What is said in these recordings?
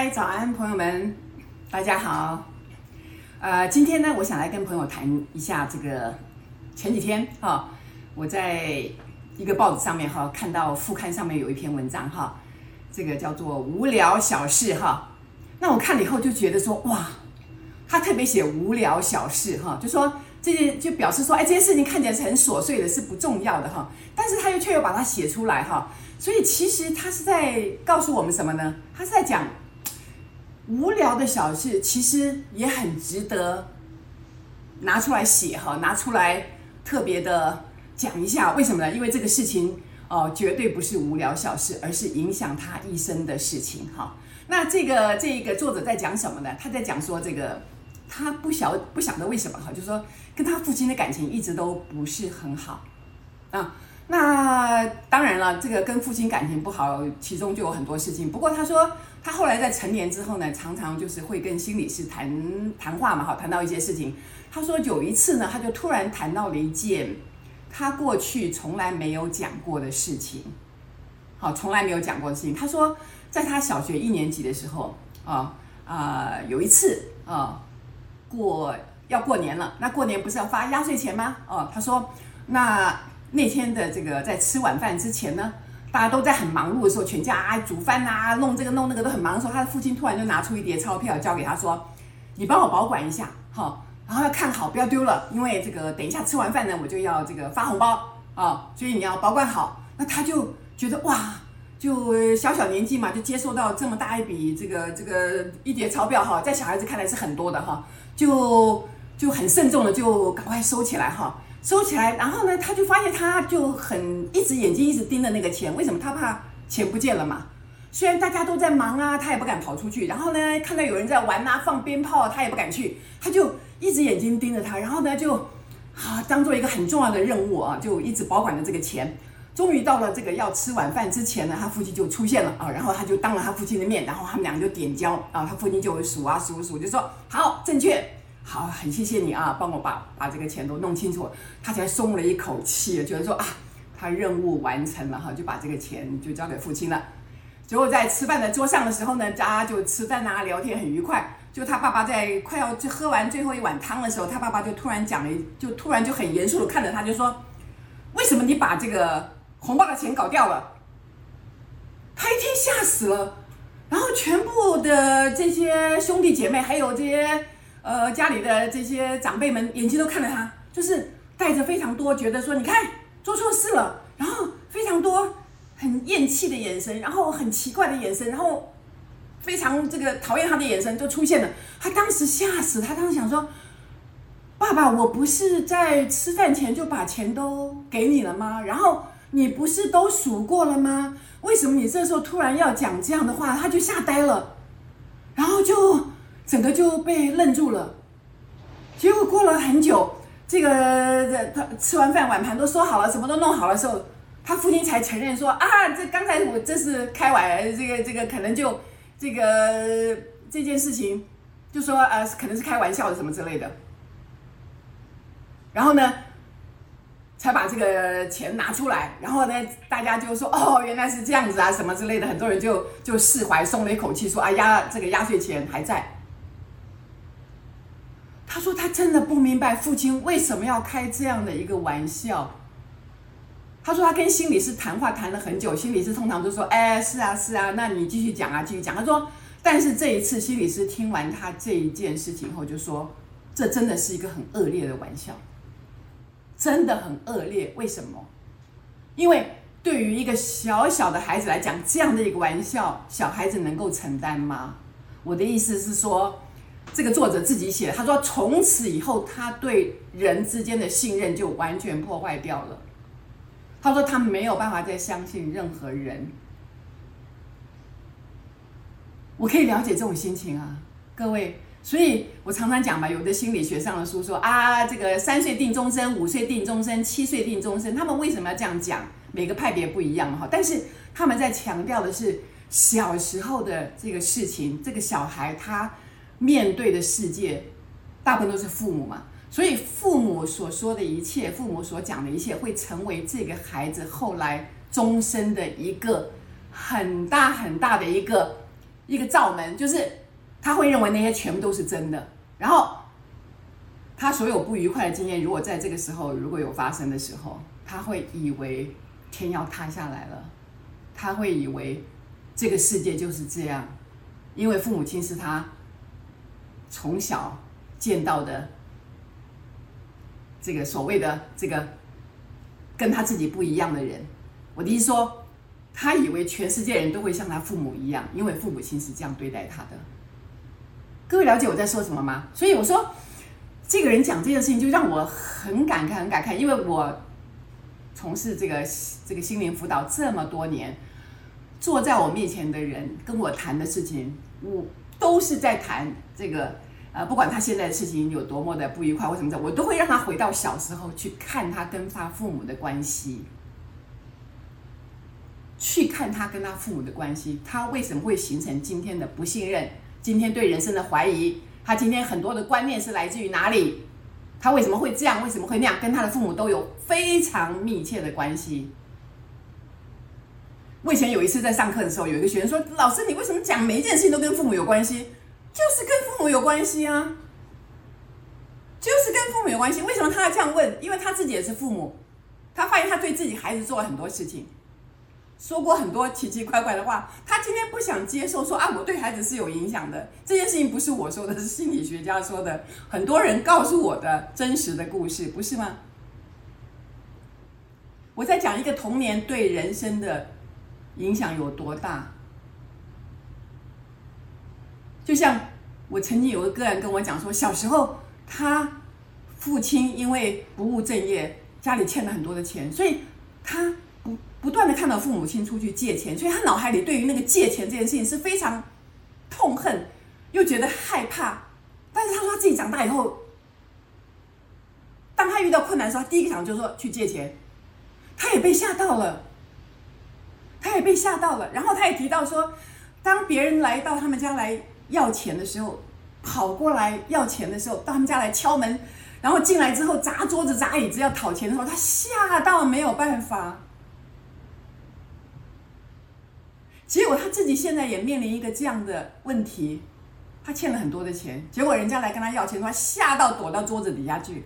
嗨，早安，朋友们，大家好。今天呢，我想来跟朋友谈一下这个前几天我在一个报纸上面看到副刊上面有一篇文章这个叫做无聊小事那我看了以后就觉得说哇，他特别写无聊小事就说这些就表示说，这件事情看起来是很琐碎的，是不重要的但是他却又把它写出来所以其实他是在告诉我们什么呢？他是在讲无聊的小事其实也很值得拿出来写拿出来特别的讲一下。为什么呢？因为这个事情绝对不是无聊小事，而是影响他一生的事情那这个作者在讲什么呢？他在讲说这个他不晓得为什么就是说跟他父亲的感情一直都不是很好那当然了，这个跟父亲感情不好，其中就有很多事情。不过他说，他后来在成年之后呢，常常就是会跟心理师谈话嘛，谈到一些事情。他说有一次呢，他就突然谈到了一件他过去从来没有讲过的事情，从来没有讲过的事情。他说，在他小学1年级的时候有一次要过年了，那过年不是要发压岁钱吗？他说那天的这个在吃晚饭之前呢，大家都在很忙碌的时候，全家煮饭弄这个弄那个都很忙的时候，他的父亲突然就拿出一叠钞票交给他说：“你帮我保管一下，然后要看好，不要丢了，因为这个等一下吃完饭呢，我就要这个发红包所以你要保管好。”那他就觉得哇，就小年纪嘛，就接受到这么大一笔这个一叠钞票在小孩子看来是很多的就很慎重的就赶快收起来收起来，然后呢，他就发现他就眼睛一直盯着那个钱，为什么？他怕钱不见了嘛。虽然大家都在忙他也不敢跑出去。然后呢，看到有人在玩放鞭炮，他也不敢去，他就一直眼睛盯着他，然后呢，就当做一个很重要的任务就一直保管着这个钱。终于到了这个要吃晚饭之前呢，他父亲就出现了然后他就当了他父亲的面，然后他们两个就点交他父亲就会数数，就说好，正确。好，很谢谢你帮我把这个钱都弄清楚，他才松了一口气，觉得说他任务完成了就把这个钱就交给父亲了。结果在吃饭的桌上的时候呢，大家就吃饭聊天很愉快。就他爸爸在快要喝完最后一碗汤的时候，他爸爸就突然就很严肃的看着他，就说：“为什么你把这个红包的钱搞掉了？”他一听吓死了，然后全部的这些兄弟姐妹还有这些家里的这些长辈们眼睛都看着他，就是带着非常多觉得说你看做错事了，然后非常多很厌弃的眼神，然后很奇怪的眼神，然后非常这个讨厌他的眼神就出现了。他当时吓死，他当时想说，爸爸，我不是在吃饭前就把钱都给你了吗？然后你不是都数过了吗？为什么你这时候突然要讲这样的话？他就吓呆了，然后就整个就被愣住了。结果过了很久，这个他吃完饭碗盘都收好了，什么都弄好的时候，他父亲才承认说这刚才我这是开玩这个可能就这件事情就说可能是开玩笑的什么之类的。然后呢才把这个钱拿出来，然后呢大家就说原来是这样子什么之类的，很多人就释怀松了一口气，说这个压岁钱还在。他说他真的不明白父亲为什么要开这样的一个玩笑。他说他跟心理师谈话谈了很久，心理师通常都说是啊，那你继续讲继续讲。他说但是这一次心理师听完他这一件事情后就说，这真的是一个很恶劣的玩笑，真的很恶劣。为什么？因为对于一个小小的孩子来讲，这样的一个玩笑，小孩子能够承担吗？我的意思是说，这个作者自己写的，他说从此以后他对人之间的信任就完全破坏掉了。他说他没有办法再相信任何人。我可以了解这种心情各位。所以我常常讲嘛，有的心理学上的书说这个3岁定终身，5岁定终身，7岁定终身。他们为什么要这样讲？每个派别不一样但是他们在强调的是小时候的这个事情，这个小孩他面对的世界大部分都是父母嘛，所以父母所说的一切，父母所讲的一切，会成为这个孩子后来终身的一个很大很大的一个一个罩门，就是他会认为那些全部都是真的，然后他所有不愉快的经验，如果在这个时候如果有发生的时候，他会以为天要塌下来了，他会以为这个世界就是这样，因为父母亲是他从小见到的这个所谓的这个跟他自己不一样的人。我的意思说，他以为全世界人都会像他父母一样，因为父母亲是这样对待他的。各位了解我在说什么吗？所以我说，这个人讲这件事情就让我很感慨，很感慨，因为我从事这个心灵辅导这么多年，坐在我面前的人跟我谈的事情，我都是在谈这个不管他现在的事情有多么的不愉快或什么的，我都会让他回到小时候去看他跟他父母的关系，去看他跟他父母的关系，他为什么会形成今天的不信任，今天对人生的怀疑，他今天很多的观念是来自于哪里，他为什么会这样，为什么会那样，跟他的父母都有非常密切的关系。我以前有一次在上课的时候，有一个学生说，老师你为什么讲每一件事情都跟父母有关系？就是跟父母有关系啊，就是跟父母有关系。为什么他要这样问？因为他自己也是父母，他发现他对自己孩子做了很多事情，说过很多奇奇怪怪的话，他今天不想接受说啊，我对孩子是有影响的。这件事情不是我说的，是心理学家说的，很多人告诉我的真实的故事，不是吗？我在讲一个童年对人生的影响有多大。就像我曾经有个个案跟我讲说，小时候他父亲因为不务正业，家里欠了很多的钱，所以他不断的看到父母亲出去借钱，所以他脑海里对于那个借钱这件事情是非常痛恨，又觉得害怕。但是他说他自己长大以后，当他遇到困难的时候，他第一个想就是说去借钱，他也被吓到了，然后他也提到说，当别人来到他们家来要钱的时候，跑过来要钱的时候，到他们家来敲门，然后进来之后砸桌子砸椅子要讨钱的时候，他吓到没有办法。结果他自己现在也面临一个这样的问题，他欠了很多的钱，结果人家来跟他要钱，他吓到躲到桌子底下去。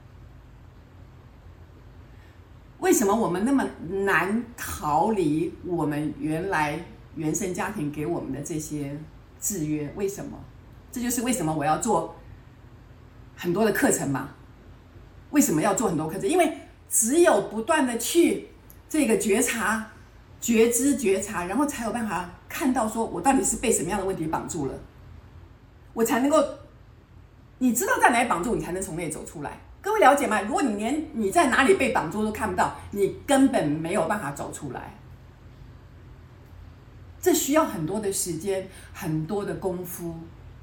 为什么我们那么难逃离我们原来原生家庭给我们的这些制约？为什么？这就是为什么我要做很多的课程嘛。为什么要做很多课程？因为只有不断的去这个觉察、觉知、觉察，然后才有办法看到说我到底是被什么样的问题绑住了，我才能够，你知道在哪里绑住，你才能从那里走出来。各位了解吗？如果你连你在哪里被绑住都看不到，你根本没有办法走出来。这需要很多的时间，很多的功夫。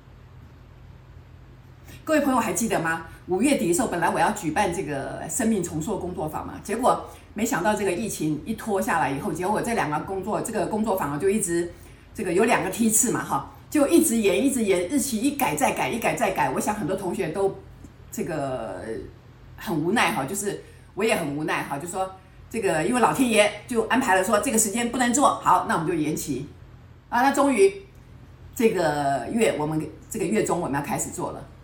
各位朋友还记得吗？5月底的时候，本来我要举办这个生命重塑工作坊嘛，结果没想到这个疫情一拖下来以后，结果这个工作坊就一直这个有2个梯次嘛，哈，就一直延，日期一改再改。我想很多同学都这个很无奈哈，就是我也很无奈哈，就说这个因为老天爷就安排了说这个时间不能做，好，那我们就延期啊。那终于这个月我们这个月中我们要开始做了。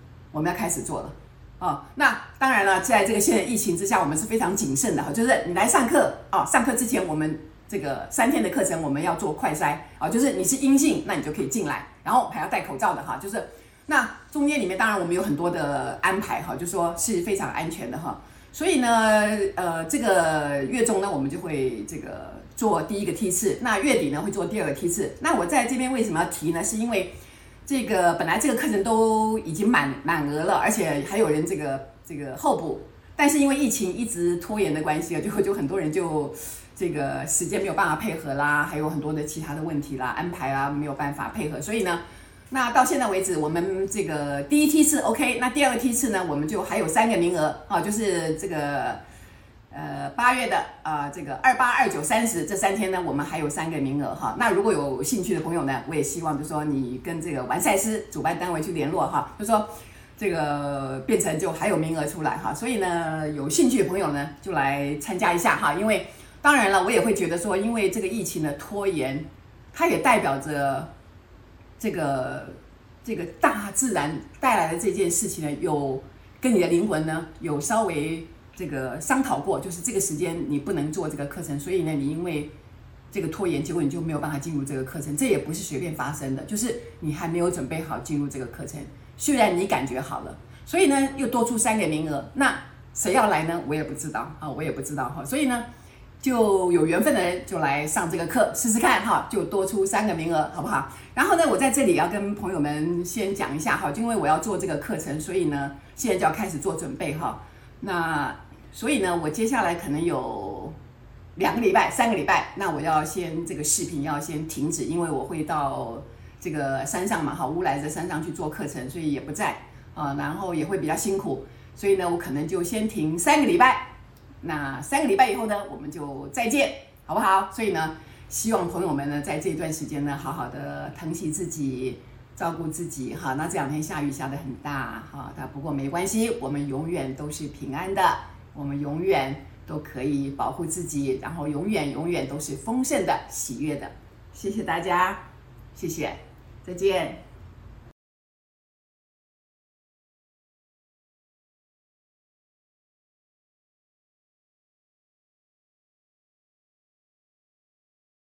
那当然了，在这个现在疫情之下，我们是非常谨慎的哈，就是你来上课啊，上课之前我们这个3天的课程我们要做快筛啊，就是你是阴性，那你就可以进来，然后还要戴口罩的哈，就是那中间里面当然我们有很多的安排哈，就说是非常安全的哈，所以呢，这个月中呢我们就会这个做第1个梯次，那月底呢会做第2个梯次。那我在这边为什么要提呢？是因为这个本来这个课程都已经满额了，而且还有人这个候补，但是因为疫情一直拖延的关系，就很多人就这个时间没有办法配合啦，还有很多的其他的问题啦、安排啦没有办法配合，所以呢，那到现在为止，我们这个第1梯次 OK， 那第2个梯次呢，我们就还有3个名额啊，就是这个8月的这个28、29、30这3天呢，我们还有3个名额哈。那如果有兴趣的朋友呢，我也希望就是说你跟这个完赛师主办单位去联络哈，就说这个变成就还有名额出来哈。所以呢，有兴趣的朋友呢就来参加一下哈。因为当然了，我也会觉得说，因为这个疫情的拖延，它也代表着这个大自然带来的这件事情呢，有跟你的灵魂呢有稍微这个商讨过，就是这个时间你不能做这个课程，所以呢，你因为这个拖延，结果你就没有办法进入这个课程。这也不是随便发生的，就是你还没有准备好进入这个课程，虽然你感觉好了，所以呢又多出3个名额，那谁要来呢？我也不知道啊，我也不知道哈，所以呢。就有缘分的人就来上这个课试试看哈，就多出3个名额，好不好？然后呢，我在这里要跟朋友们先讲一下哈，因为我要做这个课程，所以呢，现在就要开始做准备哈。那所以呢，我接下来可能有2个礼拜、3个礼拜，那我要先这个视频要先停止，因为我会到这个山上嘛，哈，乌来的山上去做课程，所以也不在啊，然后也会比较辛苦，所以呢，我可能就先停3个礼拜。那3个礼拜以后呢，我们就再见，好不好？所以呢，希望朋友们呢，在这段时间呢，好好的疼惜自己，照顾自己哈。那这2天下雨下得很大哈，但不过没关系，我们永远都是平安的，我们永远都可以保护自己，然后永远都是丰盛的、喜悦的。谢谢大家，谢谢，再见。